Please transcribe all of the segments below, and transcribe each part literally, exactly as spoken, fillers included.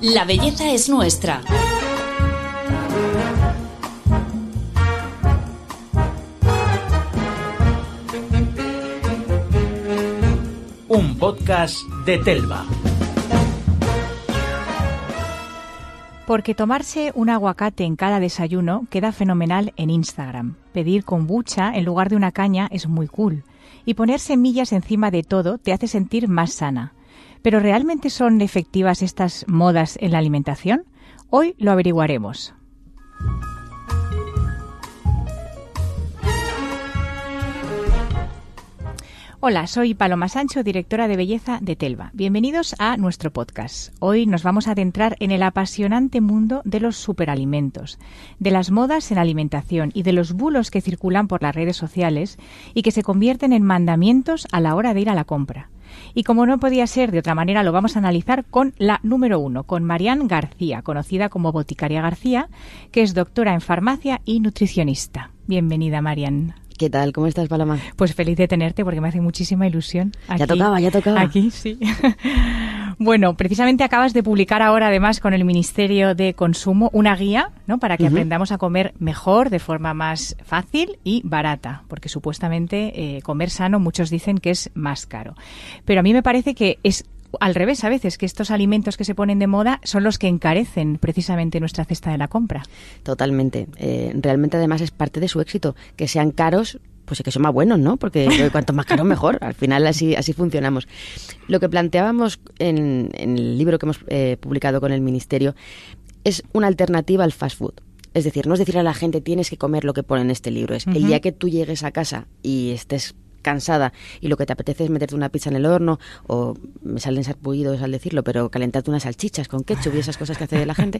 La belleza es nuestra. Un podcast de Telva. Porque tomarse un aguacate en cada desayuno queda fenomenal en Instagram. Pedir kombucha en lugar de una caña es muy cool. Y poner semillas encima de todo te hace sentir más sana. ¿Pero realmente son efectivas estas modas en la alimentación? Hoy lo averiguaremos. Hola, soy Paloma Sancho, directora de belleza de Telva. Bienvenidos a nuestro podcast. Hoy nos vamos a adentrar en el apasionante mundo de los superalimentos, de las modas en alimentación y de los bulos que circulan por las redes sociales y que se convierten en mandamientos a la hora de ir a la compra. Y como no podía ser de otra manera, lo vamos a analizar con la número uno, con Marian García, conocida como Boticaria García, que es doctora en farmacia y nutricionista. Bienvenida, Marian. ¿Qué tal? ¿Cómo estás, Paloma? Pues feliz de tenerte porque me hace muchísima ilusión. Aquí, ya tocaba, ya tocaba. Aquí, sí. Bueno, precisamente acabas de publicar ahora, además, con el Ministerio de Consumo, una guía, ¿no?, para que uh-huh. aprendamos a comer mejor, de forma más fácil y barata, porque supuestamente eh, comer sano muchos dicen que es más caro. Pero a mí me parece que es al revés a veces, que estos alimentos que se ponen de moda son los que encarecen precisamente nuestra cesta de la compra. Totalmente. Eh, realmente además es parte de su éxito, que sean caros, pues que son más buenos, ¿no? Porque cuanto más caro mejor. Al final así así funcionamos. Lo que planteábamos en, en el libro que hemos eh, publicado con el Ministerio es una alternativa al fast food. Es decir, no es decir a la gente tienes que comer lo que pone en este libro. Es uh-huh. el día que tú llegues a casa y estés cansada y lo que te apetece es meterte una pizza en el horno, o me salen sarpullidos al decirlo, pero calentarte unas salchichas con ketchup y esas cosas que hace la gente,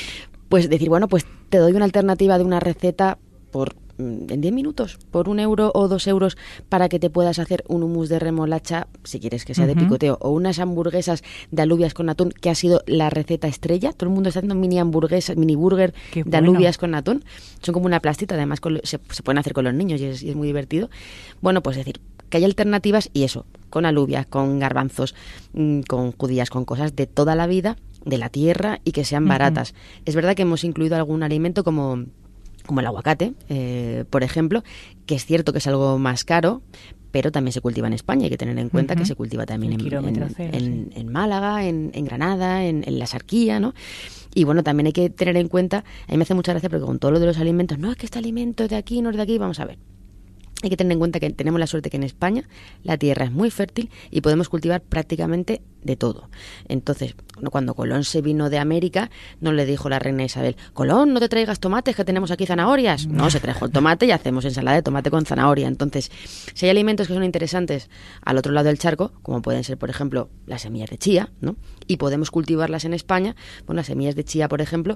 pues decir, bueno, pues te doy una alternativa de una receta por en diez minutos, por un euro o dos euros, para que te puedas hacer un hummus de remolacha, si quieres que sea uh-huh. de picoteo, o unas hamburguesas de alubias con atún, que ha sido la receta estrella. Todo el mundo está haciendo mini hamburguesas, mini burger Qué de bueno. alubias con atún. Son como una plastita, además con, se, se pueden hacer con los niños y es, y es muy divertido. Bueno, pues decir, que hay alternativas y eso, con alubias, con garbanzos, mmm, con judías, con cosas de toda la vida, de la tierra y que sean uh-huh. baratas. Es verdad que hemos incluido algún alimento como... como el aguacate, eh, por ejemplo, que es cierto que es algo más caro, pero también se cultiva en España. Hay que tener en cuenta uh-huh. que se cultiva también en, en, cero, en, sí. en Málaga, en, en Granada, en, en la Sarquía, ¿no? Y bueno, también hay que tener en cuenta, a mí me hace mucha gracia porque con todo lo de los alimentos, no, es que este alimento es de aquí, no es de aquí, vamos a ver. Hay que tener en cuenta que tenemos la suerte que en España la tierra es muy fértil y podemos cultivar prácticamente de todo. Entonces, cuando Colón se vino de América, no le dijo la reina Isabel, Colón, no te traigas tomates, que tenemos aquí zanahorias. No, se trajo el tomate y hacemos ensalada de tomate con zanahoria. Entonces, si hay alimentos que son interesantes al otro lado del charco, como pueden ser, por ejemplo, las semillas de chía, ¿no?, y podemos cultivarlas en España, bueno, las semillas de chía, por ejemplo,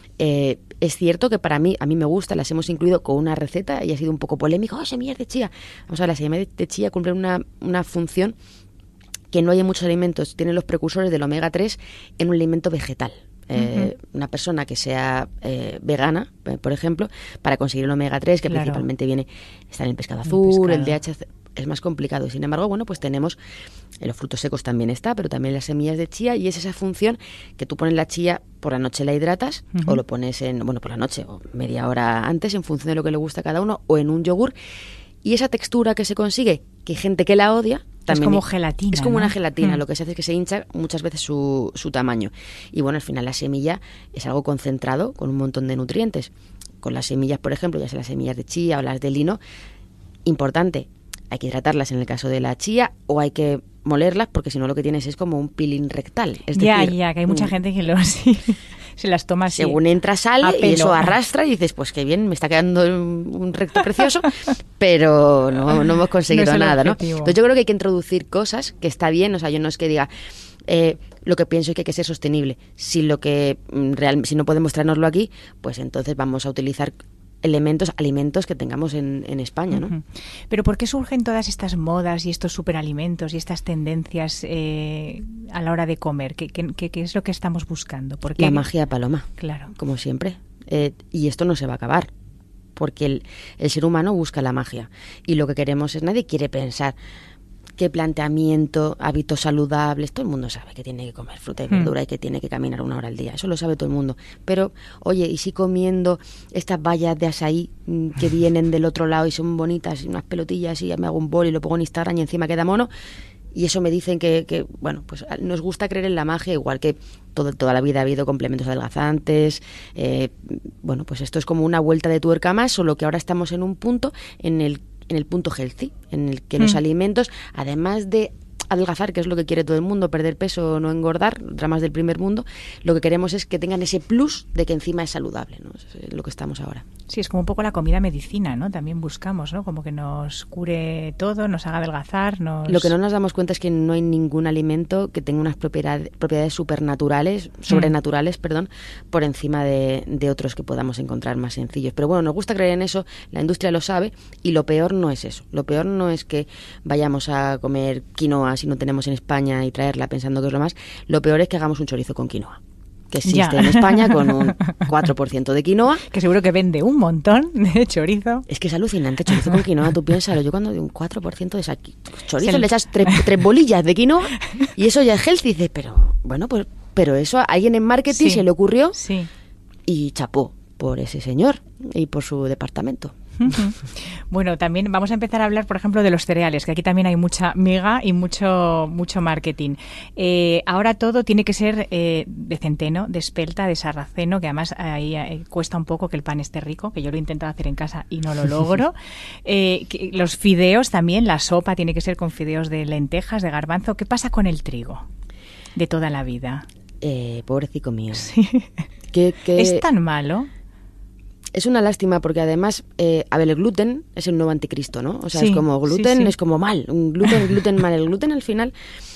Eh, es cierto que para mí, a mí me gusta, las hemos incluido con una receta y ha sido un poco polémico. ¡Oh, semillas de chía! Vamos a ver, las semillas de chía cumplen una, una función que no hay en muchos alimentos. Tienen los precursores del omega tres en un alimento vegetal. Eh, uh-huh. Una persona que sea eh, vegana, eh, por ejemplo, para conseguir el omega tres, que claro. principalmente viene, está en el pescado azul, el, el D H A, es más complicado. Y sin embargo, bueno, pues tenemos, en los frutos secos también está, pero también las semillas de chía, y es esa función que tú pones la chía, por la noche la hidratas, uh-huh. o lo pones en, bueno, por la noche, o media hora antes, en función de lo que le gusta a cada uno, o en un yogur, y esa textura que se consigue, que hay gente que la odia, también es como gelatina. Es como ¿no? una gelatina, mm. lo que se hace es que se hincha muchas veces su, su tamaño. Y bueno, al final la semilla es algo concentrado con un montón de nutrientes. Con las semillas, por ejemplo, ya sea las semillas de chía o las de lino, importante, hay que hidratarlas en el caso de la chía, o hay que molerlas, porque si no lo que tienes es como un peeling rectal. Es ya, decir, ya, que hay mucha un, gente que lo sí, se las toma así. Según entra, sale, y eso arrastra, y dices, pues qué bien, me está quedando un, un recto precioso, pero no, no hemos conseguido no nada, ¿no? Entonces yo creo que hay que introducir cosas, que está bien, o sea, yo no es que diga... Eh, lo que pienso es que hay que ser sostenible. Si lo que real, si no podemos traérnoslo aquí, pues entonces vamos a utilizar elementos, alimentos que tengamos en, en España, ¿no? Uh-huh. Pero ¿por qué surgen todas estas modas y estos superalimentos y estas tendencias eh, a la hora de comer? ¿Qué, qué, qué es lo que estamos buscando? ¿Por qué? La magia, Paloma. Claro. Como siempre. Eh, y esto no se va a acabar, porque el, el ser humano busca la magia. Y lo que queremos es, nadie quiere pensar qué planteamiento, hábitos saludables. Todo el mundo sabe que tiene que comer fruta y verdura mm. y que tiene que caminar una hora al día. Eso lo sabe todo el mundo. Pero, oye, ¿y si comiendo estas bayas de azaí que vienen del otro lado y son bonitas, y unas pelotillas, y me hago un bol y lo pongo en Instagram y encima queda mono? Y eso me dicen que, que, bueno, pues nos gusta creer en la magia, igual que todo, toda la vida ha habido complementos adelgazantes. Eh, bueno, pues esto es como una vuelta de tuerca más, solo que ahora estamos en un punto, en el, en el punto healthy, en el que mm. los alimentos, además de adelgazar, que es lo que quiere todo el mundo, perder peso, no engordar, dramas del primer mundo, lo que queremos es que tengan ese plus de que encima es saludable, ¿no? Es lo que estamos ahora. Sí, es como un poco la comida medicina, ¿no? También buscamos, ¿no? Como que nos cure todo, nos haga adelgazar, nos... Lo que no nos damos cuenta es que no hay ningún alimento que tenga unas propiedades, propiedades supernaturales, sobrenaturales, mm. perdón, por encima de, de otros que podamos encontrar más sencillos. Pero bueno, nos gusta creer en eso, la industria lo sabe, y lo peor no es eso. Lo peor no es que vayamos a comer quinoa si no tenemos en España y traerla pensando que es lo más. Lo peor es que hagamos un chorizo con quinoa, que existe ya. en España con un cuatro por ciento de quinoa. Que seguro que vende un montón de chorizo. Es que es alucinante, chorizo con quinoa, tú piénsalo. Yo cuando digo un cuatro por ciento de esa chorizo le echas tres, tres bolillas de quinoa y eso ya es healthy. Dices, pero bueno, pues pero eso a alguien en marketing sí. se le ocurrió sí. y chapó por ese señor y por su departamento. Bueno, también vamos a empezar a hablar, por ejemplo, de los cereales, que aquí también hay mucha miga y mucho mucho marketing. Eh, ahora todo tiene que ser eh, de centeno, de espelta, de sarraceno, que además ahí eh, cuesta un poco que el pan esté rico, que yo lo he intentado hacer en casa y no lo logro. Eh, que los fideos también, la sopa tiene que ser con fideos de lentejas, de garbanzo. ¿Qué pasa con el trigo de toda la vida? Eh, pobrecito mío. Sí. ¿Qué, qué... ¿Es tan malo? Es una lástima porque además, eh, a ver, el gluten es el nuevo anticristo, ¿no? O sea, sí, es como gluten, sí, sí. es como mal, un gluten, gluten mal. El gluten al final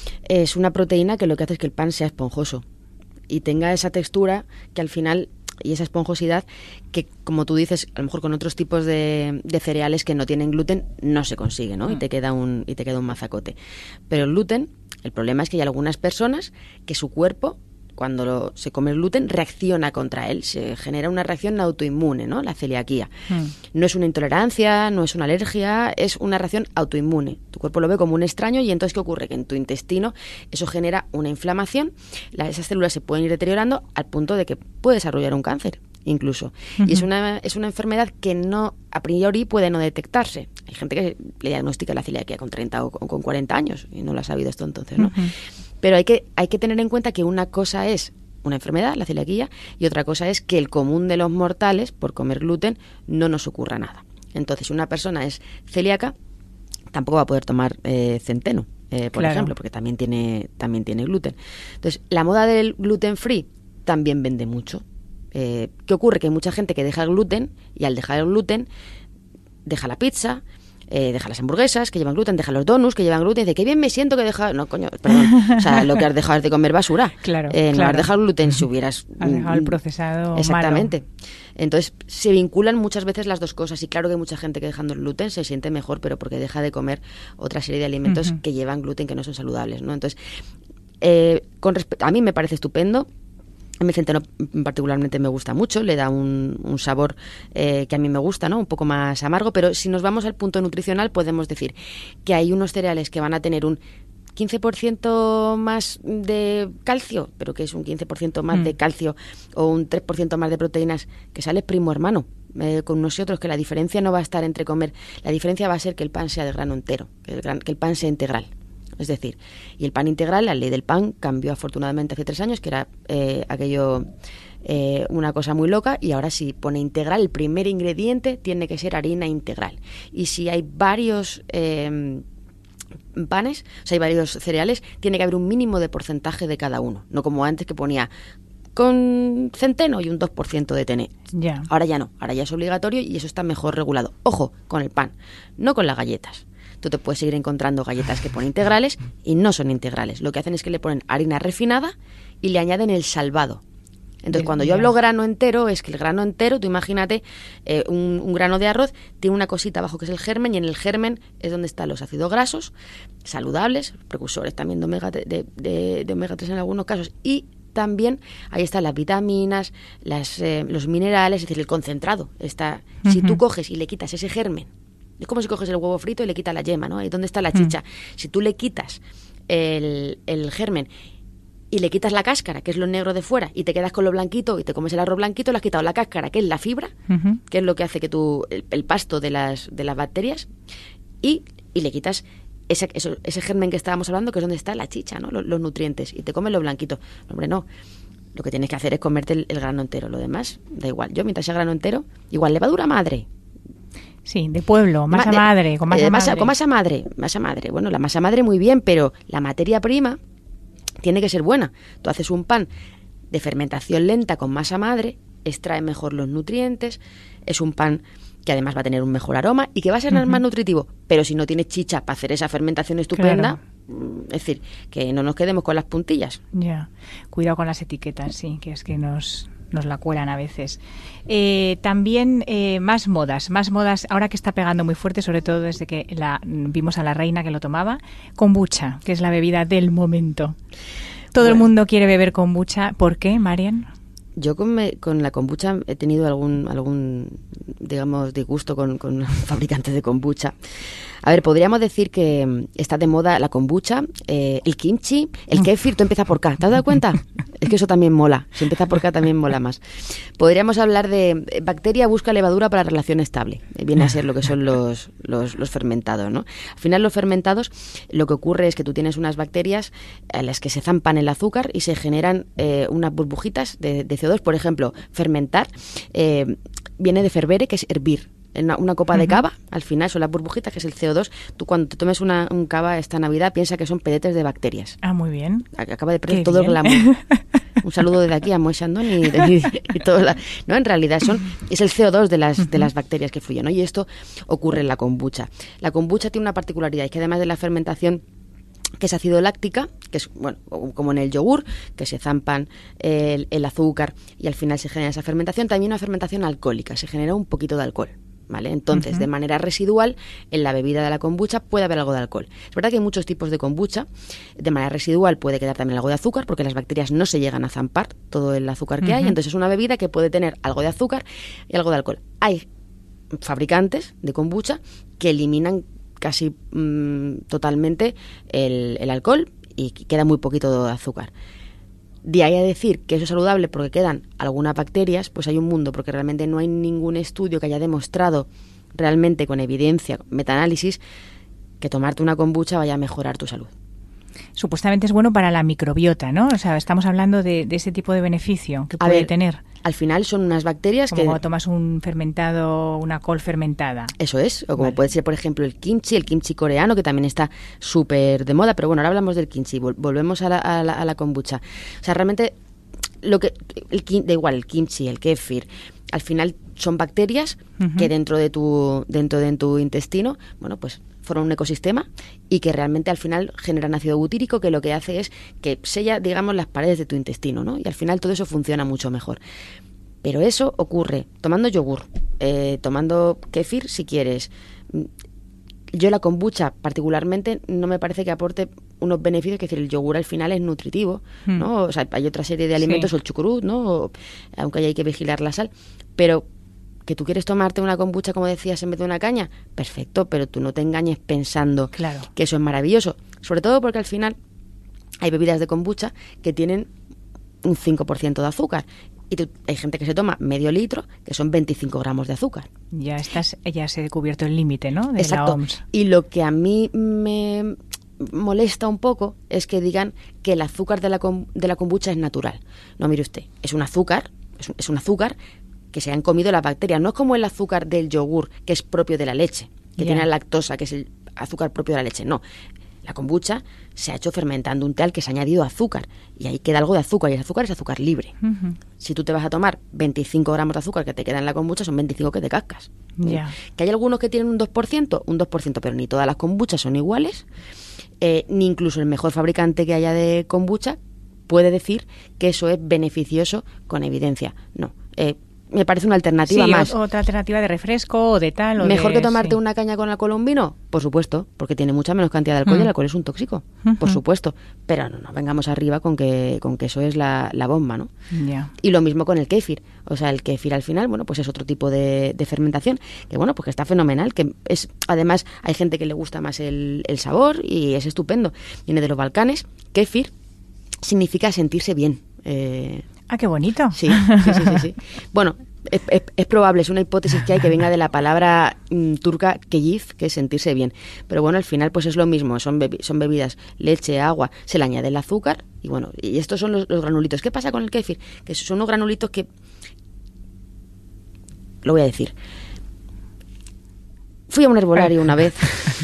es una proteína que lo que hace es que el pan sea esponjoso y tenga esa textura que al final, y esa esponjosidad que, como tú dices, a lo mejor con otros tipos de, de cereales que no tienen gluten no se consigue, ¿no? Mm. Y te queda un, y te queda un mazacote. Pero el gluten, el problema es que hay algunas personas que su cuerpo, cuando lo, se come el gluten, reacciona contra él. Se genera una reacción autoinmune, ¿no? La celiaquía. Mm. No es una intolerancia, no es una alergia, es una reacción autoinmune. Tu cuerpo lo ve como un extraño y entonces, ¿qué ocurre? Que en tu intestino eso genera una inflamación. La, esas células se pueden ir deteriorando al punto de que puede desarrollar un cáncer, incluso. Uh-huh. Y es una, es una enfermedad que no, a priori, puede no detectarse. Hay gente que le diagnostica la celiaquía con treinta o con cuarenta años y no lo ha sabido esto entonces, ¿no? Uh-huh. Pero hay que, hay que tener en cuenta que una cosa es una enfermedad, la celiaquía, y otra cosa es que el común de los mortales, por comer gluten, no nos ocurra nada. Entonces, si una persona es celíaca, tampoco va a poder tomar eh, centeno, eh, por claro. ejemplo, porque también tiene, también tiene gluten. Entonces, la moda del gluten free también vende mucho. Eh, ¿Qué ocurre? Que hay mucha gente que deja el gluten y al dejar el gluten deja la pizza, eh, deja las hamburguesas que llevan gluten, deja los donuts que llevan gluten y dice, qué bien me siento que he dejado... No, coño, perdón. O sea, lo que has dejado es de comer basura. Claro, eh, claro. No has dejado el gluten si hubieras... Has dejado el procesado Exactamente. malo. Entonces, se vinculan muchas veces las dos cosas y claro que hay mucha gente que dejando el gluten se siente mejor, pero porque deja de comer otra serie de alimentos uh-huh. que llevan gluten que no son saludables, ¿no? Entonces, eh, con respe- a mí me parece estupendo. A mí el centeno particularmente me gusta mucho, le da un, un sabor eh, que a mí me gusta, ¿no? Un poco más amargo, pero si nos vamos al punto nutricional podemos decir que hay unos cereales que van a tener un quince por ciento más de calcio, pero que es un quince por ciento más mm. de calcio o un tres por ciento más de proteínas, que sale primo hermano eh, con unos y otros, que la diferencia no va a estar entre comer, la diferencia va a ser que el pan sea de grano entero, que el, gran, que el pan sea integral. Es decir, y el pan integral, la ley del pan cambió afortunadamente hace tres años, que era eh, aquello eh, una cosa muy loca, y ahora sí pone integral, el primer ingrediente tiene que ser harina integral. Y si hay varios eh, panes, o sea, hay varios cereales, tiene que haber un mínimo de porcentaje de cada uno, no como antes que ponía con centeno y un dos por ciento de T N. Yeah. Ahora ya no, ahora ya es obligatorio y eso está mejor regulado. Ojo, con el pan, no con las galletas. Tú te puedes seguir encontrando galletas que ponen integrales y no son integrales. Lo que hacen es que le ponen harina refinada y le añaden el salvado. Entonces, cuando yo hablo grano entero, es que el grano entero, tú imagínate, eh, un, un grano de arroz tiene una cosita abajo que es el germen, y en el germen es donde están los ácidos grasos saludables, precursores también de omega, de, de, de omega tres en algunos casos, y también ahí están las vitaminas, las, eh, los minerales, es decir, el concentrado. Está, uh-huh. Si tú coges y le quitas ese germen Es como si coges el huevo frito y le quitas la yema, ¿no? Ahí donde está la chicha. Mm. Si tú le quitas el, el germen y le quitas la cáscara, que es lo negro de fuera, y te quedas con lo blanquito y te comes el arroz blanquito, le has quitado la cáscara, que es la fibra, uh-huh. que es lo que hace que tú, el, el pasto de las, de las bacterias, y, y le quitas ese, eso, ese germen que estábamos hablando, que es donde está la chicha, ¿no? Los, los nutrientes, y te comes lo blanquito. No, hombre, no. Lo que tienes que hacer es comerte el, el grano entero. Lo demás, da igual. Yo, mientras sea grano entero, igual, levadura madre. Sí, de pueblo, masa Ma, de, madre, con masa, eh, masa madre. Con masa madre, masa madre. Bueno, la masa madre muy bien, pero la materia prima tiene que ser buena. Tú haces un pan de fermentación lenta con masa madre, extrae mejor los nutrientes, es un pan que además va a tener un mejor aroma y que va a ser uh-huh. más nutritivo. Pero si no tienes chicha para hacer esa fermentación estupenda, claro. es decir, que no nos quedemos con las puntillas. Ya, cuidado con las etiquetas, sí, que es que nos... nos la cuelan a veces. Eh, también eh, más modas, más modas, ahora que está pegando muy fuerte, sobre todo desde que la vimos a la reina que lo tomaba, kombucha, que es la bebida del momento. Todo bueno. el mundo quiere beber kombucha. ¿Por qué, Marian? Yo con, me, con la kombucha he tenido algún, algún digamos, disgusto con, con fabricantes de kombucha. A ver, podríamos decir que está de moda la kombucha, eh, el kimchi, el kéfir, tú empieza por K, ¿te has dado cuenta? Es que eso también mola, si empieza por K también mola más. Podríamos hablar de bacteria busca levadura para relación estable, viene a ser lo que son los, los, los fermentados, ¿no? Al final los fermentados, lo que ocurre es que tú tienes unas bacterias a las que se zampan el azúcar y se generan eh, unas burbujitas de, de C O dos, por ejemplo, fermentar, eh, viene de fervere, que es hervir. Una, una copa uh-huh. de cava, al final son las burbujitas, que es el C O dos. Tú cuando te tomes una, un cava esta Navidad, piensa que son pedetes de bacterias. Ah, muy bien. Acaba de perder todo bien. El glamour. Un saludo desde aquí a Moe Chandon y, y, y todo la, no, en realidad son es el C O dos de las uh-huh. de las bacterias que fluyen, ¿no? Y esto ocurre en la kombucha. La kombucha tiene una particularidad, es que además de la fermentación, que es ácido láctica, que es bueno como en el yogur, que se zampan el, el azúcar y al final se genera esa fermentación, también una fermentación alcohólica, se genera un poquito de alcohol. ¿Vale? Entonces, uh-huh. de manera residual, en la bebida de la kombucha puede haber algo de alcohol. Es verdad que hay muchos tipos de kombucha. De manera residual puede quedar también algo de azúcar, porque las bacterias no se llegan a zampar todo el azúcar que uh-huh. hay. Entonces, es una bebida que puede tener algo de azúcar y algo de alcohol. Hay fabricantes de kombucha que eliminan casi mmm, totalmente el, el alcohol y queda muy poquito de azúcar. De ahí a decir que eso es saludable porque quedan algunas bacterias, pues hay un mundo, porque realmente no hay ningún estudio que haya demostrado realmente con evidencia, metaanálisis, que tomarte una kombucha vaya a mejorar tu salud. Supuestamente es bueno para la microbiota, ¿no? O sea, estamos hablando de, de ese tipo de beneficio que a puede ver, tener. Al final son unas bacterias como que... Como tomas un fermentado, una col fermentada. Eso es, o como vale. puede ser, por ejemplo, el kimchi, el kimchi coreano, que también está súper de moda, pero bueno, ahora hablamos del kimchi, Vol- volvemos a la, a, la, a la kombucha. O sea, realmente, lo que el, da igual, el kimchi, el kéfir, al final son bacterias uh-huh. que dentro de tu dentro de tu intestino, bueno, pues forman un ecosistema y que realmente al final generan ácido butírico, que lo que hace es que sella, digamos, las paredes de tu intestino, ¿no? Y al final todo eso funciona mucho mejor. Pero eso ocurre tomando yogur, eh, tomando kéfir si quieres. Yo la kombucha particularmente no me parece que aporte unos beneficios, que es decir, el yogur al final es nutritivo, mm. ¿no? O sea, hay otra serie de alimentos, sí. o el chucrut, ¿no? O, aunque hay que vigilar la sal, pero que tú quieres tomarte una kombucha, como decías, en vez de una caña, perfecto, pero tú no te engañes pensando claro. que eso es maravilloso. Sobre todo porque al final hay bebidas de kombucha que tienen un cinco por ciento de azúcar. Y tú, hay gente que se toma medio litro, que son veinticinco gramos de azúcar. Ya estás, ya se ha descubierto el límite, ¿no? De Exacto. la O M S. Y lo que a mí me molesta un poco es que digan que el azúcar de la, de la kombucha es natural. No, mire usted, es un azúcar, es un, es un azúcar que se han comido las bacterias. No es como el azúcar del yogur, que es propio de la leche, que yeah. tiene la lactosa, que es el azúcar propio de la leche. No. La kombucha se ha hecho fermentando un té al que se ha añadido azúcar y ahí queda algo de azúcar y el azúcar es azúcar libre. Uh-huh. Si tú te vas a tomar veinticinco gramos de azúcar que te quedan en la kombucha, son veinticinco que te cascas. Yeah. Que hay algunos que tienen un dos por ciento, un dos por ciento, pero ni todas las kombuchas son iguales, eh, ni incluso el mejor fabricante que haya de kombucha puede decir que eso es beneficioso con evidencia. No. Eh, me parece una alternativa sí, más. Otra alternativa de refresco o de tal. O ¿Mejor de, que tomarte sí. una caña con alcohol o un vino? Por supuesto, porque tiene mucha menos cantidad de alcohol mm. y el alcohol es un tóxico, uh-huh. por supuesto. Pero no, no vengamos arriba con que, con que eso es la, la bomba, ¿no? Yeah. Y lo mismo con el kéfir. O sea, el kéfir al final, bueno, pues es otro tipo de, de fermentación que, bueno, pues que está fenomenal. Que es, además, hay gente que le gusta más el, el sabor y es estupendo. Viene de los Balcanes. Kéfir significa sentirse bien. Eh, ah, qué bonito. Sí, sí, sí, sí, sí. Bueno, es, es, es probable, es una hipótesis que hay que venga de la palabra mm, turca keyif, que es sentirse bien. Pero bueno, al final pues es lo mismo, son, bebi- son bebidas, leche, agua, se le añade el azúcar y bueno, y estos son los, los granulitos. ¿Qué pasa con el kéfir? Que son unos granulitos que... Lo voy a decir. Fui a un herbolario una vez...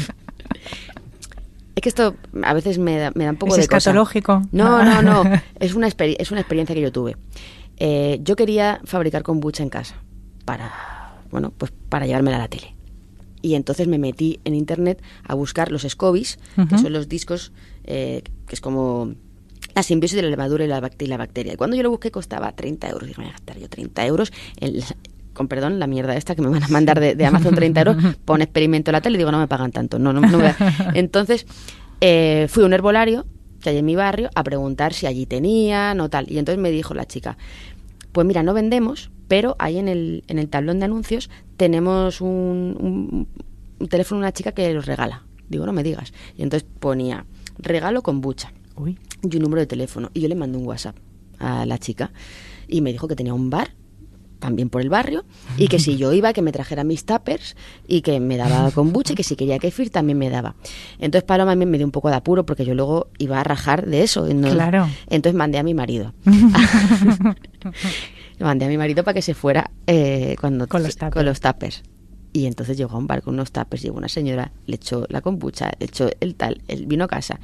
Es que esto a veces me da, me da un poco ¿Es de cosa. escatológico? No, no, no. Es una, experi- es una experiencia que yo tuve. Eh, yo quería fabricar kombucha en casa para, bueno, pues para llevármela a la tele. Y entonces me metí en internet a buscar los scobies, uh-huh. que son los discos, eh, que es como la simbiosis de la levadura y la, bact- y la bacteria. Y cuando yo lo busqué costaba treinta euros. Digo, me voy a gastar yo treinta euros en... con perdón, la mierda esta que me van a mandar de, de Amazon treinta euros, pon experimento en la tele y digo, no me pagan tanto. No, no, no voy a... Entonces, eh, fui a un herbolario que hay en mi barrio a preguntar si allí tenían o tal. Y entonces me dijo la chica, pues mira, no vendemos, pero ahí en el, en el tablón de anuncios tenemos un, un, un teléfono de una chica que los regala. Digo, no me digas. Y entonces ponía, regalo kombucha. Uy. Y un número de teléfono. Y yo le mandé un WhatsApp a la chica y me dijo que tenía un bar también por el barrio, y que si yo iba, que me trajera mis tuppers y que me daba kombucha y que si quería kefir también me daba. Entonces Paloma a mí me dio un poco de apuro porque yo luego iba a rajar de eso. ¿No? Claro. Entonces mandé a mi marido. mandé a mi marido para que se fuera eh, cuando con los tuppers. Con los tuppers. Y entonces llegó a un bar con unos tuppers, llegó una señora, le echó la kombucha, le echó el tal, él vino a casa.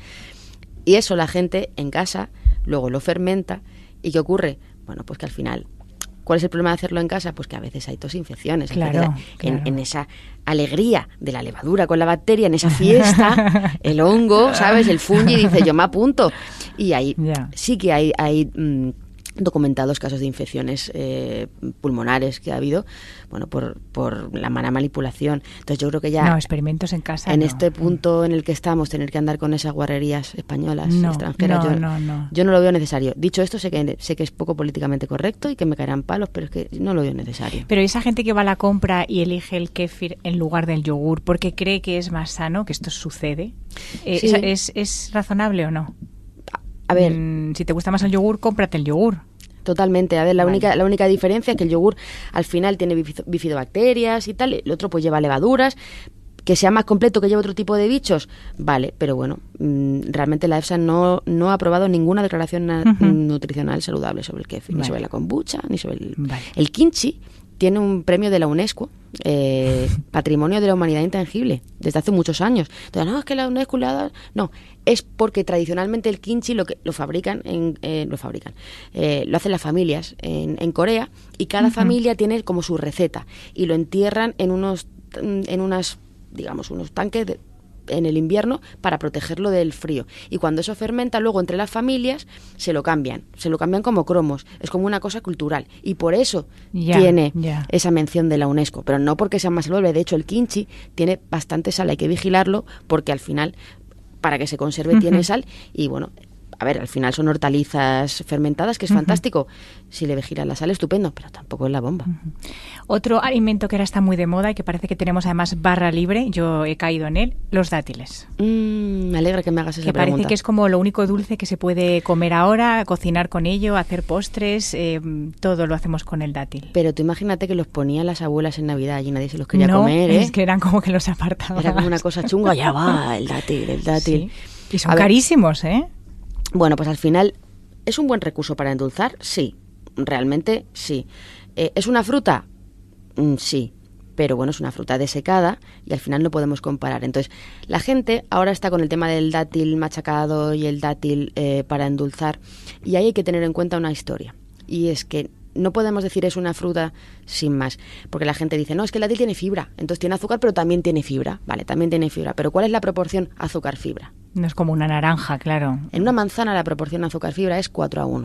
Y eso la gente en casa luego lo fermenta. ¿Y qué ocurre? Bueno, pues que al final... ¿Cuál es el problema de hacerlo en casa? Pues que a veces hay tos infecciones. Claro, en, claro. en esa alegría de la levadura con la bacteria, en esa fiesta, el hongo, ¿sabes? El fungi dice, yo me apunto. Y ahí yeah. sí que hay... hay mmm, documentados casos de infecciones eh, pulmonares que ha habido, bueno, por, por la mala manipulación. Entonces yo creo que ya... No, experimentos en casa En no. este punto en el que estamos, tener que andar con esas guarrerías españolas, no, extranjeras, no, yo, no, no. yo no lo veo necesario. Dicho esto, sé que, sé que es poco políticamente correcto y que me caerán palos, pero es que no lo veo necesario. Pero esa gente que va a la compra y elige el kéfir en lugar del yogur porque cree que es más sano, que esto sucede, eh, sí. ¿es, es razonable o no? A ver, mm, si te gusta más el yogur, cómprate el yogur. Totalmente. A ver, la vale. única la única diferencia es que el yogur al final tiene bifidobacterias y tal, el otro pues lleva levaduras, que sea más completo, que lleve otro tipo de bichos, vale, pero bueno, mmm, realmente la EFSA no, no ha aprobado ninguna declaración na- uh-huh. nutricional saludable sobre el kéfir, vale. ni sobre la kombucha, ni sobre el, vale. el kimchi. Tiene un premio de la UNESCO, eh, Patrimonio de la Humanidad Intangible, desde hace muchos años. Entonces, no, es que la UNESCO le ha dado... No, es porque tradicionalmente el kimchi lo que lo fabrican, en, eh, lo fabrican, eh, lo hacen las familias en, en Corea, y cada uh-huh. familia tiene como su receta, y lo entierran en unos, en unas, digamos, unos tanques de, en el invierno para protegerlo del frío. Y cuando eso fermenta, luego entre las familias se lo cambian, se lo cambian como cromos. Es como una cosa cultural. Y por eso yeah, tiene yeah. esa mención de la UNESCO. Pero no porque sea más saludable. De hecho, el kimchi tiene bastante sal. Hay que vigilarlo porque al final, para que se conserve, uh-huh. tiene sal. Y bueno... A ver, al final son hortalizas fermentadas, que es uh-huh. fantástico. Si le giras la sal, estupendo, pero tampoco es la bomba. Uh-huh. Otro alimento que ahora está muy de moda y que parece que tenemos además barra libre, yo he caído en él, los dátiles. Mm, me alegra que me hagas esa que pregunta. Parece que es como lo único dulce que se puede comer ahora, cocinar con ello, hacer postres, eh, todo lo hacemos con el dátil. Pero tú imagínate que los ponían las abuelas en Navidad y nadie se los quería no, comer, ¿eh? es que eran como que los apartaban. Era como una cosa chunga, ya va, el dátil, el dátil. Sí. Y son carísimos, ¿eh? Bueno, pues al final, ¿es un buen recurso para endulzar? Sí, realmente sí. Eh, ¿Es una fruta? Mm, sí, pero bueno, es una fruta desecada y al final no podemos comparar. Entonces, la gente ahora está con el tema del dátil machacado y el dátil eh, para endulzar, y ahí hay que tener en cuenta una historia, y es que no podemos decir es una fruta sin más, porque la gente dice, no, es que el dátil tiene fibra, entonces tiene azúcar, pero también tiene fibra. Vale, también tiene fibra, pero ¿cuál es la proporción azúcar-fibra? No es como una naranja, claro. En una manzana la proporción azúcar-fibra es cuatro a uno.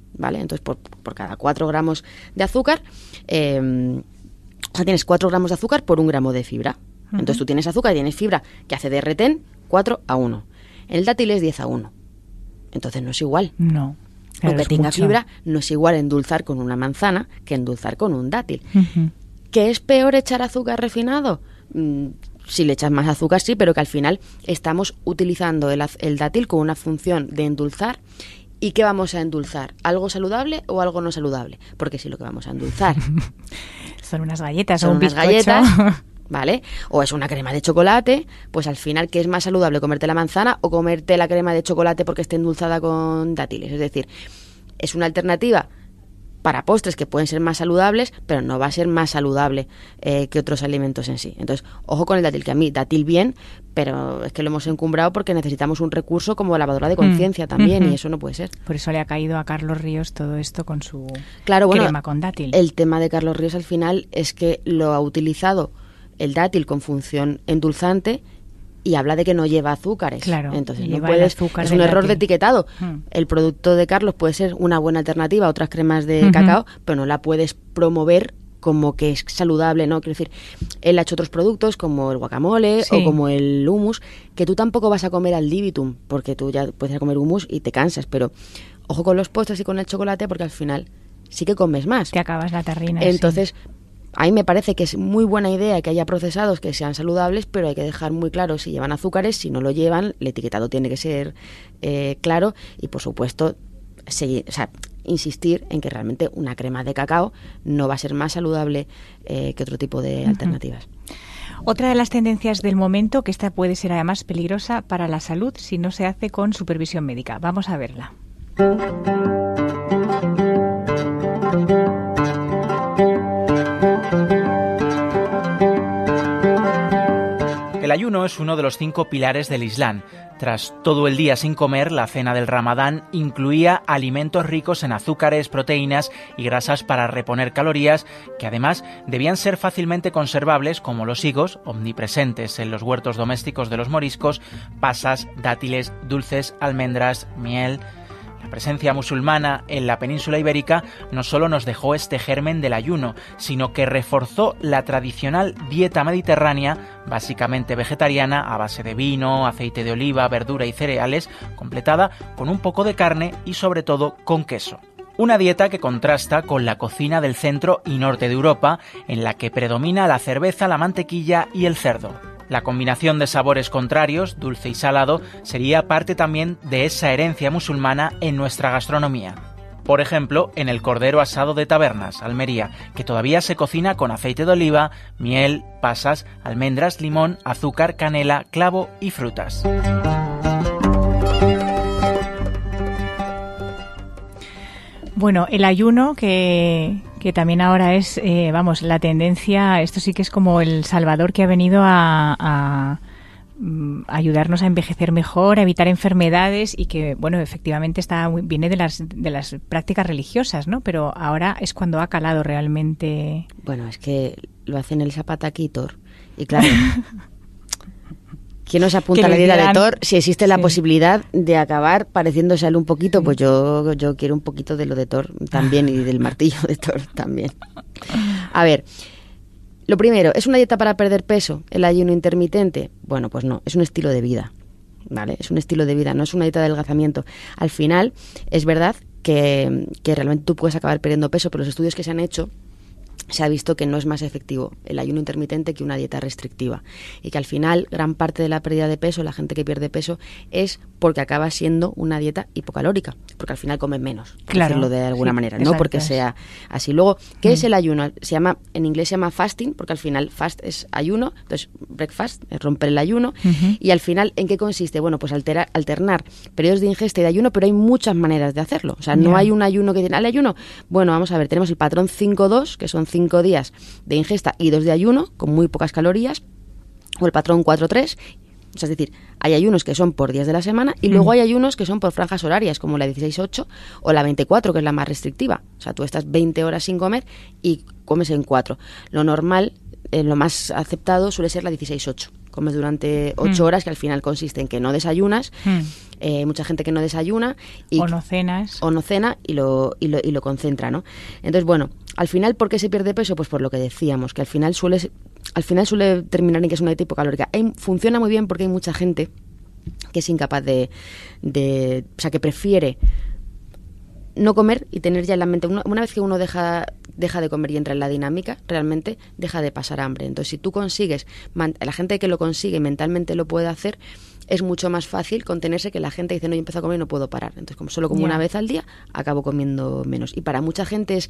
¿vale? Entonces, por, por cada cuatro gramos de azúcar, eh, o sea, tienes cuatro gramos de azúcar por un gramo de fibra. Uh-huh. Entonces, tú tienes azúcar y tienes fibra que hace de retén cuatro a uno. En el dátil es diez a uno. Entonces, no es igual. No. Aunque tenga mucho. Fibra, no es igual endulzar con una manzana que endulzar con un dátil. Uh-huh. ¿Qué es peor echar azúcar refinado? Mm, si le echas más azúcar, sí, pero que al final estamos utilizando el, el dátil con una función de endulzar. ¿Y qué vamos a endulzar? ¿Algo saludable o algo no saludable? Porque si lo que vamos a endulzar son unas galletas son o un unas bizcocho. galletas, ¿vale? O es una crema de chocolate, pues al final, ¿qué es más saludable? ¿Comerte la manzana o comerte la crema de chocolate porque esté endulzada con dátiles? Es decir, es una alternativa para postres que pueden ser más saludables, pero no va a ser más saludable eh, que otros alimentos en sí. Entonces, ojo con el dátil, que a mí, dátil bien, pero es que lo hemos encumbrado porque necesitamos un recurso como lavadora de conciencia mm. también, uh-huh. y eso no puede ser. Por eso le ha caído a Carlos Ríos todo esto con su claro, bueno, crema con dátil. El tema de Carlos Ríos al final es que lo ha utilizado el dátil con función endulzante y habla de que no lleva azúcares. Claro, entonces no puedes, es un error dátil. De etiquetado. Hmm. El producto de Carlos puede ser una buena alternativa a otras cremas de uh-huh. cacao, pero no la puedes promover como que es saludable, ¿no? Quiero decir, él ha hecho otros productos como el guacamole sí. o como el hummus, que tú tampoco vas a comer al libitum, porque tú ya puedes comer hummus y te cansas, pero ojo con los postres y con el chocolate, porque al final sí que comes más. Te acabas la tarrina. Entonces, sí. a mí me parece que es muy buena idea que haya procesados que sean saludables, pero hay que dejar muy claro si llevan azúcares, si no lo llevan, el etiquetado tiene que ser eh, claro y, por supuesto, seguir, o sea, insistir en que realmente una crema de cacao no va a ser más saludable eh, que otro tipo de uh-huh. alternativas. Otra de las tendencias del momento, que esta puede ser además peligrosa para la salud si no se hace con supervisión médica. Vamos a verla. El ayuno es uno de los cinco pilares del Islam. Tras todo el día sin comer, la cena del Ramadán incluía alimentos ricos en azúcares, proteínas y grasas para reponer calorías, que además debían ser fácilmente conservables, como los higos, omnipresentes en los huertos domésticos de los moriscos, pasas, dátiles, dulces, almendras, miel. La presencia musulmana en la península ibérica no solo nos dejó este germen del ayuno, sino que reforzó la tradicional dieta mediterránea, básicamente vegetariana, a base de vino, aceite de oliva, verdura y cereales, completada con un poco de carne y sobre todo con queso. Una dieta que contrasta con la cocina del centro y norte de Europa, en la que predomina la cerveza, la mantequilla y el cerdo. La combinación de sabores contrarios, dulce y salado, sería parte también de esa herencia musulmana en nuestra gastronomía. Por ejemplo, en el cordero asado de Tabernas, Almería, que todavía se cocina con aceite de oliva, miel, pasas, almendras, limón, azúcar, canela, clavo y frutas. Bueno, el ayuno, que, que también ahora es, eh, vamos, la tendencia, esto sí que es como el salvador que ha venido a, a, a ayudarnos a envejecer mejor, a evitar enfermedades y que, bueno, efectivamente está viene de las de las prácticas religiosas, ¿no? Pero ahora es cuando ha calado realmente. Bueno, es que lo hacen el Zapata Quitor y claro... ¿Quién nos apunta a la dieta de Thor? Si existe sí. la posibilidad de acabar pareciéndose a él un poquito, pues yo, yo quiero un poquito de lo de Thor también y del martillo de Thor también. A ver, lo primero, ¿es una dieta para perder peso el ayuno intermitente? Bueno, pues no, es un estilo de vida, ¿vale? Es un estilo de vida, no es una dieta de adelgazamiento. Al final, es verdad que, que realmente tú puedes acabar perdiendo peso, pero los estudios que se han hecho se ha visto que no es más efectivo el ayuno intermitente que una dieta restrictiva y que al final gran parte de la pérdida de peso, la gente que pierde peso, es porque acaba siendo una dieta hipocalórica, porque al final comen menos, por claro, decirlo de alguna sí, manera, no porque sea así. Luego, ¿qué mm. es el ayuno? Se llama, en inglés se llama fasting, porque al final fast es ayuno, entonces breakfast es romper el ayuno, uh-huh. y al final, ¿en qué consiste? Bueno, pues alterar, alternar periodos de ingesta y de ayuno, pero hay muchas maneras de hacerlo, o sea, no yeah. hay un ayuno que diga, ¿al ayuno? Bueno, vamos a ver, tenemos el patrón cinco dos, que son cinco días de ingesta y dos de ayuno, con muy pocas calorías, o el patrón cuatro tres, o sea, es decir, hay ayunos que son por días de la semana y luego mm. hay ayunos que son por franjas horarias, como la dieciséis ocho o la veinticuatro, que es la más restrictiva. O sea, tú estás veinte horas sin comer y comes en cuatro. Lo normal, eh, lo más aceptado suele ser la dieciséis ocho, comes durante ocho mm. horas, que al final consiste en que no desayunas, mm. eh, mucha gente que no desayuna y, o no cenas o no cena y lo, y lo, y lo concentra, ¿no? Entonces, bueno, al final, ¿por qué se pierde peso? Pues por lo que decíamos, que al final suele, al final suele terminar en que es una dieta hipocalórica. Hay, funciona muy bien porque hay mucha gente que es incapaz de, de, o sea, que prefiere no comer y tener ya en la mente, una, una vez que uno deja, deja de comer y entra en la dinámica, realmente deja de pasar hambre. Entonces, si tú consigues, man, la gente que lo consigue mentalmente lo puede hacer, es mucho más fácil contenerse que la gente dice, no, yo empiezo a comer y no puedo parar. Entonces, como solo como yeah. una vez al día, acabo comiendo menos. Y para mucha gente es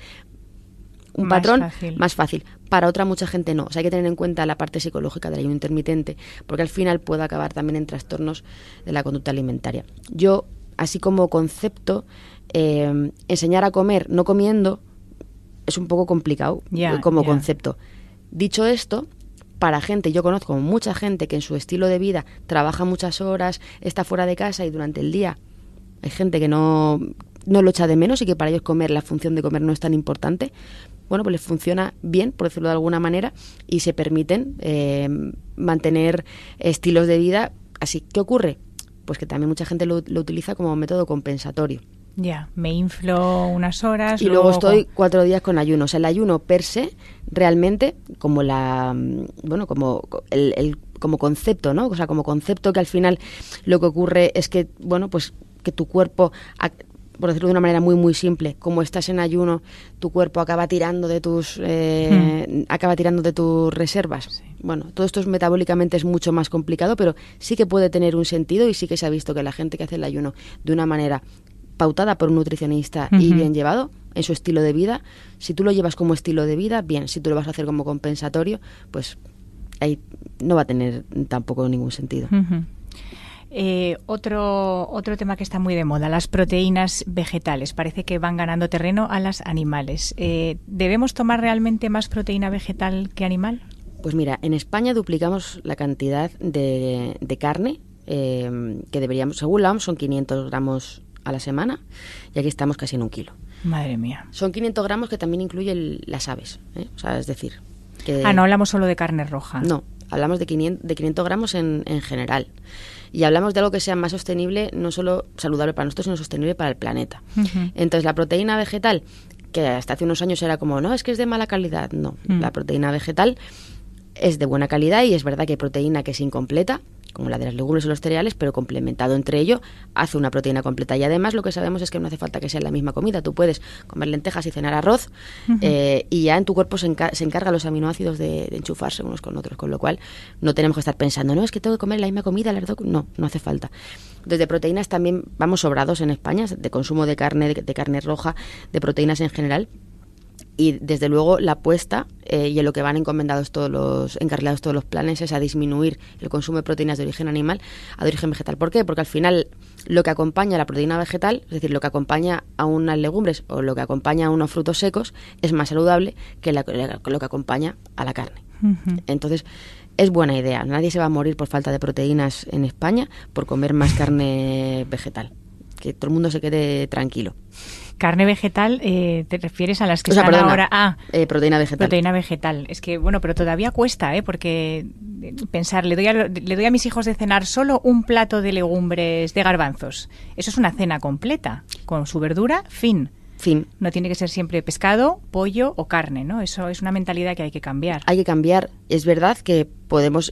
un más patrón fácil. más fácil. Para otra mucha gente no. O sea, hay que tener en cuenta la parte psicológica del ayuno intermitente, porque al final puede acabar también en trastornos de la conducta alimentaria. Yo, así como concepto, eh, enseñar a comer no comiendo es un poco complicado yeah, como yeah. concepto. Dicho esto, para gente, yo conozco mucha gente que en su estilo de vida trabaja muchas horas, está fuera de casa y durante el día hay gente que no, no lo echa de menos y que para ellos comer, la función de comer no es tan importante. Bueno, pues les funciona bien, por decirlo de alguna manera, y se permiten eh, mantener estilos de vida así. ¿Qué ocurre? Pues que también mucha gente lo, lo utiliza como método compensatorio. Ya, yeah, me inflo unas horas. Y luego, luego estoy cuatro días con ayuno. O sea, el ayuno per se, realmente, como la, bueno, como el, el como concepto, ¿no? O sea, como concepto que al final lo que ocurre es que, bueno, pues que tu cuerpo, por decirlo de una manera muy muy simple, como estás en ayuno, tu cuerpo acaba tirando de tus eh, hmm. acaba tirando de tus reservas. Sí. Bueno, todo esto es, metabólicamente es mucho más complicado, pero sí que puede tener un sentido y sí que se ha visto que la gente que hace el ayuno de una manera pautada por un nutricionista uh-huh. y bien llevado en su estilo de vida, si tú lo llevas como estilo de vida, bien, si tú lo vas a hacer como compensatorio, pues ahí no va a tener tampoco ningún sentido. Uh-huh. Eh, otro, otro tema que está muy de moda, las proteínas vegetales. Parece que van ganando terreno a las animales. Eh, ¿Debemos tomar realmente más proteína vegetal que animal? Pues mira, en España duplicamos la cantidad de, de carne eh, que deberíamos, según la O M S, son quinientos gramos a la semana y aquí estamos casi en un kilo. Madre mía. Son quinientos gramos que también incluye el, las aves, ¿eh? O sea, es decir... Que, ah, no hablamos solo de carne roja. No, hablamos de quinientos, de quinientos gramos en, en general. Y hablamos de algo que sea más sostenible, no solo saludable para nosotros, sino sostenible para el planeta. Uh-huh. Entonces, la proteína vegetal, que hasta hace unos años era como, no, es que es de mala calidad. No, uh-huh. La proteína vegetal es de buena calidad y es verdad que hay proteína que es incompleta, como la de las legumbres o los cereales, pero complementado entre ello hace una proteína completa. Y además lo que sabemos es que no hace falta que sea la misma comida. Tú puedes comer lentejas y cenar arroz uh-huh. eh, y ya en tu cuerpo se, enca- se encarga los aminoácidos de, de enchufarse unos con otros, con lo cual no tenemos que estar pensando, no, es que tengo que comer la misma comida, las dos... no, no hace falta. Desde proteínas también vamos sobrados en España, de consumo de carne, de, de carne roja, de proteínas en general. Y desde luego la apuesta eh, y en lo que van encomendados todos los, encarrilados todos los planes es a disminuir el consumo de proteínas de origen animal a de origen vegetal. ¿Por qué? Porque al final lo que acompaña a la proteína vegetal, es decir, lo que acompaña a unas legumbres o lo que acompaña a unos frutos secos, es más saludable que la, lo que acompaña a la carne. Uh-huh. Entonces, es buena idea. Nadie se va a morir por falta de proteínas en España por comer más carne vegetal. Que todo el mundo se quede tranquilo. Carne vegetal, eh, ¿te refieres a las que o sea, están perdona, ahora? Ah, eh, proteína vegetal. Proteína vegetal. Es que, bueno, pero todavía cuesta, ¿eh? Porque pensar, le doy, a, le doy a mis hijos de cenar solo un plato de legumbres, de garbanzos. Eso es una cena completa, con su verdura, fin. Fin. No tiene que ser siempre pescado, pollo o carne, ¿no? Eso es una mentalidad que hay que cambiar. Hay que cambiar. Es verdad que podemos...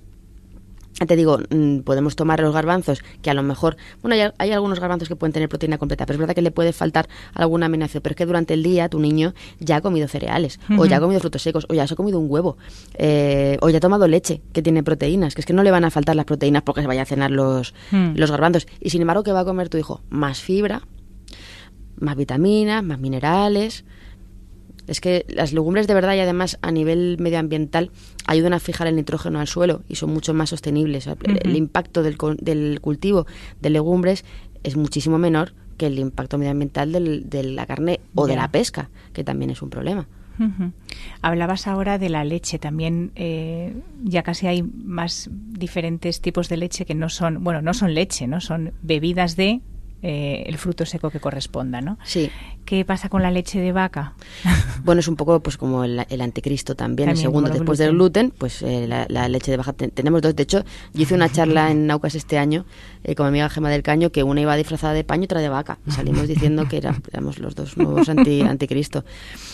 Te digo, podemos tomar los garbanzos, que a lo mejor, bueno, hay, hay algunos garbanzos que pueden tener proteína completa, pero es verdad que le puede faltar alguna aminoácido, pero es que durante el día tu niño ya ha comido cereales, uh-huh. o ya ha comido frutos secos, o ya se ha comido un huevo, eh, o ya ha tomado leche, que tiene proteínas, que es que no le van a faltar las proteínas porque se vaya a cenar los, uh-huh. los garbanzos. Y sin embargo, ¿qué va a comer tu hijo? Más fibra, más vitaminas, más minerales... Es que las legumbres de verdad y además a nivel medioambiental ayudan a fijar el nitrógeno al suelo y son mucho más sostenibles. Uh-huh. El impacto del, del cultivo de legumbres es muchísimo menor que el impacto medioambiental del, de la carne o yeah. de la pesca, que también es un problema. Uh-huh. Hablabas ahora de la leche, también eh, ya casi hay más diferentes tipos de leche que no son, bueno, no son leche, ¿no? Son bebidas de eh, el fruto seco que corresponda, ¿no? Sí. ¿Qué pasa con la leche de vaca? Bueno, es un poco pues como el, el anticristo también, también el segundo después gluten. del gluten, pues eh, la, la leche de vaca ten, tenemos dos. De hecho, yo hice una charla en Naucas este año eh, con mi amiga Gema del Caño, que una iba disfrazada de paño y otra de vaca. Salimos diciendo que era, éramos los dos nuevos anti, anticristo.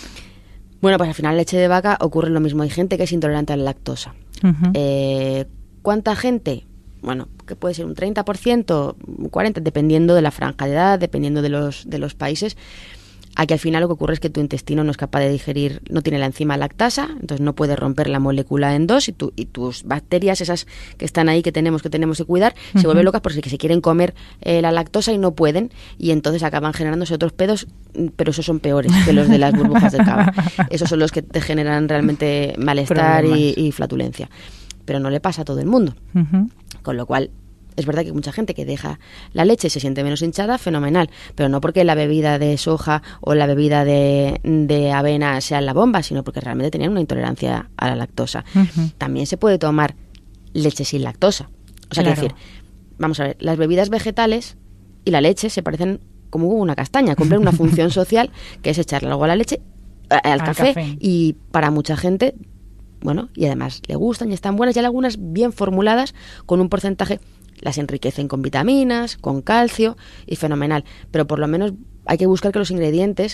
Bueno, pues al final la leche de vaca ocurre lo mismo. Hay gente que es intolerante a la lactosa. Uh-huh. Eh, ¿Cuánta gente? Bueno, que puede ser un treinta por ciento, un cuarenta por ciento, dependiendo de la franja de edad, dependiendo de los, de los países. Aquí al final lo que ocurre es que tu intestino no es capaz de digerir, no tiene la enzima lactasa, entonces no puede romper la molécula en dos y, tu, y tus bacterias, esas que están ahí, que tenemos que tenemos que cuidar, uh-huh. se vuelven locas porque se quieren comer eh, la lactosa y no pueden, y entonces acaban generándose otros pedos, pero esos son peores que los de las burbujas del cava. Esos son los que te generan realmente malestar y, y flatulencia. Pero no le pasa a todo el mundo. Uh-huh. Con lo cual, es verdad que hay mucha gente que deja la leche y se siente menos hinchada, fenomenal, pero no porque la bebida de soja o la bebida de, de avena sea la bomba, sino porque realmente tenían una intolerancia a la lactosa. Uh-huh. También se puede tomar leche sin lactosa. O sea, claro. que decir, vamos a ver, las bebidas vegetales y la leche se parecen como una castaña, cumplen una función social que es echarle algo a la leche, al, al café, café, y para mucha gente... Bueno, y además le gustan y están buenas, y hay algunas bien formuladas con un porcentaje, las enriquecen con vitaminas, con calcio y fenomenal, pero por lo menos hay que buscar que los ingredientes,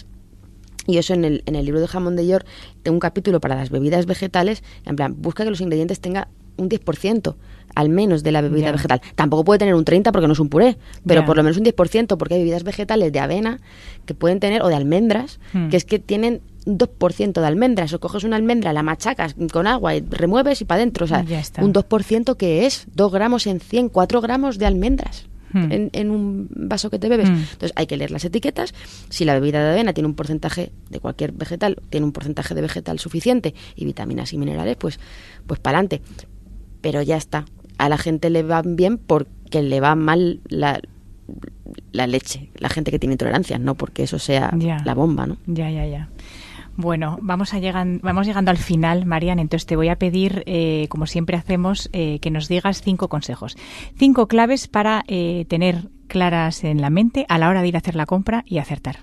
y eso en el, en el libro de Jamón de York tengo un capítulo para las bebidas vegetales, en plan, busca que los ingredientes tengan un diez por ciento al menos de la bebida yeah. vegetal. Tampoco puede tener un treinta por ciento porque no es un puré, pero yeah. por lo menos un diez por ciento, porque hay bebidas vegetales de avena que pueden tener, o de almendras, hmm. que es que tienen dos por ciento de almendras, o coges una almendra, la machacas con agua y remueves y para adentro, o sea, un dos por ciento que es dos gramos en cien, cuatro gramos de almendras hmm. en, en un vaso que te bebes. Hmm. Entonces hay que leer las etiquetas. Si la bebida de avena tiene un porcentaje de cualquier vegetal, tiene un porcentaje de vegetal suficiente y vitaminas y minerales, pues, pues para adelante. Pero ya está. A la gente le va bien porque le va mal la... la leche, la gente que tiene intolerancia, no porque eso sea ya. la bomba, ¿no? Ya, ya, ya. Bueno, vamos a llegan, vamos llegando al final, Marian, entonces te voy a pedir, eh, como siempre hacemos, eh, que nos digas cinco consejos, cinco claves para eh, tener claras en la mente a la hora de ir a hacer la compra y acertar.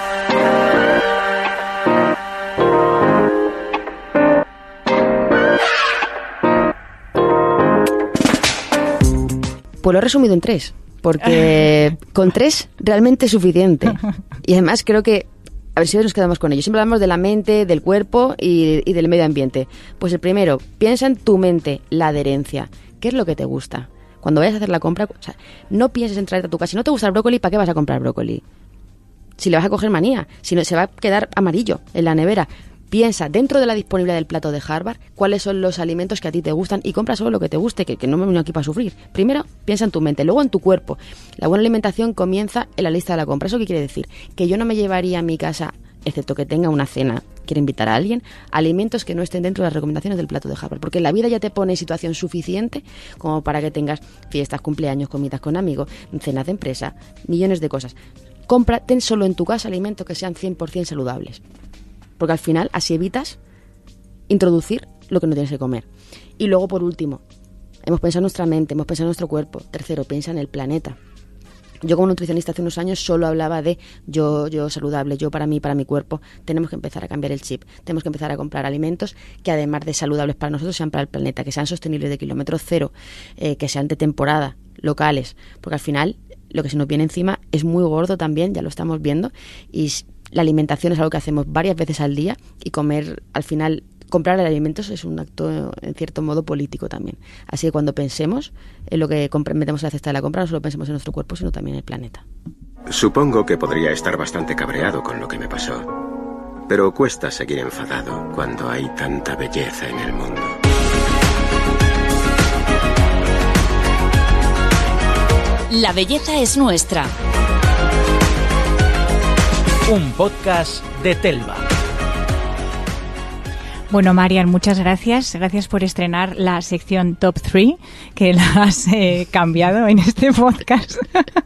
Pues lo he resumido en tres, porque con tres realmente es suficiente. Y además creo que, a ver si nos quedamos con ello. Siempre hablamos de la mente, del cuerpo y, y del medio ambiente. Pues el primero, piensa en tu mente, la adherencia. ¿Qué es lo que te gusta? Cuando vayas a hacer la compra, o sea, no pienses en traerte a tu casa. Si no te gusta el brócoli, ¿para qué vas a comprar brócoli? Si le vas a coger manía, si no, se va a quedar amarillo en la nevera. Piensa dentro de la disponibilidad del plato de Harvard cuáles son los alimentos que a ti te gustan y compra solo lo que te guste, que, que no me vengo aquí para sufrir. Primero, piensa en tu mente, luego en tu cuerpo. La buena alimentación comienza en la lista de la compra. ¿Eso qué quiere decir? Que yo no me llevaría a mi casa, excepto que tenga una cena, quiero invitar a alguien, alimentos que no estén dentro de las recomendaciones del plato de Harvard. Porque la vida ya te pone en situación suficiente como para que tengas fiestas, cumpleaños, comidas con amigos, cenas de empresa, millones de cosas. Compra, ten solo en tu casa alimentos que sean cien por ciento saludables. Porque al final así evitas introducir lo que no tienes que comer. Y luego, por último, hemos pensado en nuestra mente, hemos pensado en nuestro cuerpo. Tercero, piensa en el planeta. Yo como nutricionista hace unos años solo hablaba de yo, yo saludable, yo para mí, para mi cuerpo. Tenemos que empezar a cambiar el chip. Tenemos que empezar a comprar alimentos que además de saludables para nosotros sean para el planeta, que sean sostenibles de kilómetro cero, eh, que sean de temporada, locales. Porque al final lo que se nos viene encima es muy gordo también, ya lo estamos viendo, y la alimentación es algo que hacemos varias veces al día, y comer, al final, comprar alimentos es un acto, en cierto modo, político también. Así que cuando pensemos en lo que metemos en la cesta de la compra, no solo pensemos en nuestro cuerpo, sino también en el planeta. Supongo que podría estar bastante cabreado con lo que me pasó, pero cuesta seguir enfadado cuando hay tanta belleza en el mundo. La belleza es nuestra. Un podcast de Telva. Bueno, Marian, muchas gracias. Gracias por estrenar la sección Top tres, que la has eh, cambiado en este podcast.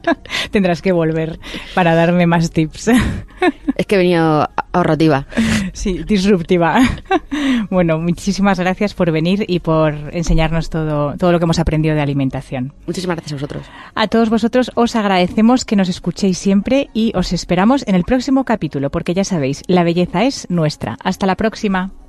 Tendrás que volver para darme más tips. Es que he venido ahorrativa. Sí, disruptiva. Bueno, muchísimas gracias por venir y por enseñarnos todo, todo lo que hemos aprendido de alimentación. Muchísimas gracias a vosotros. A todos vosotros os agradecemos que nos escuchéis siempre y os esperamos en el próximo capítulo, porque ya sabéis, la belleza es nuestra. Hasta la próxima.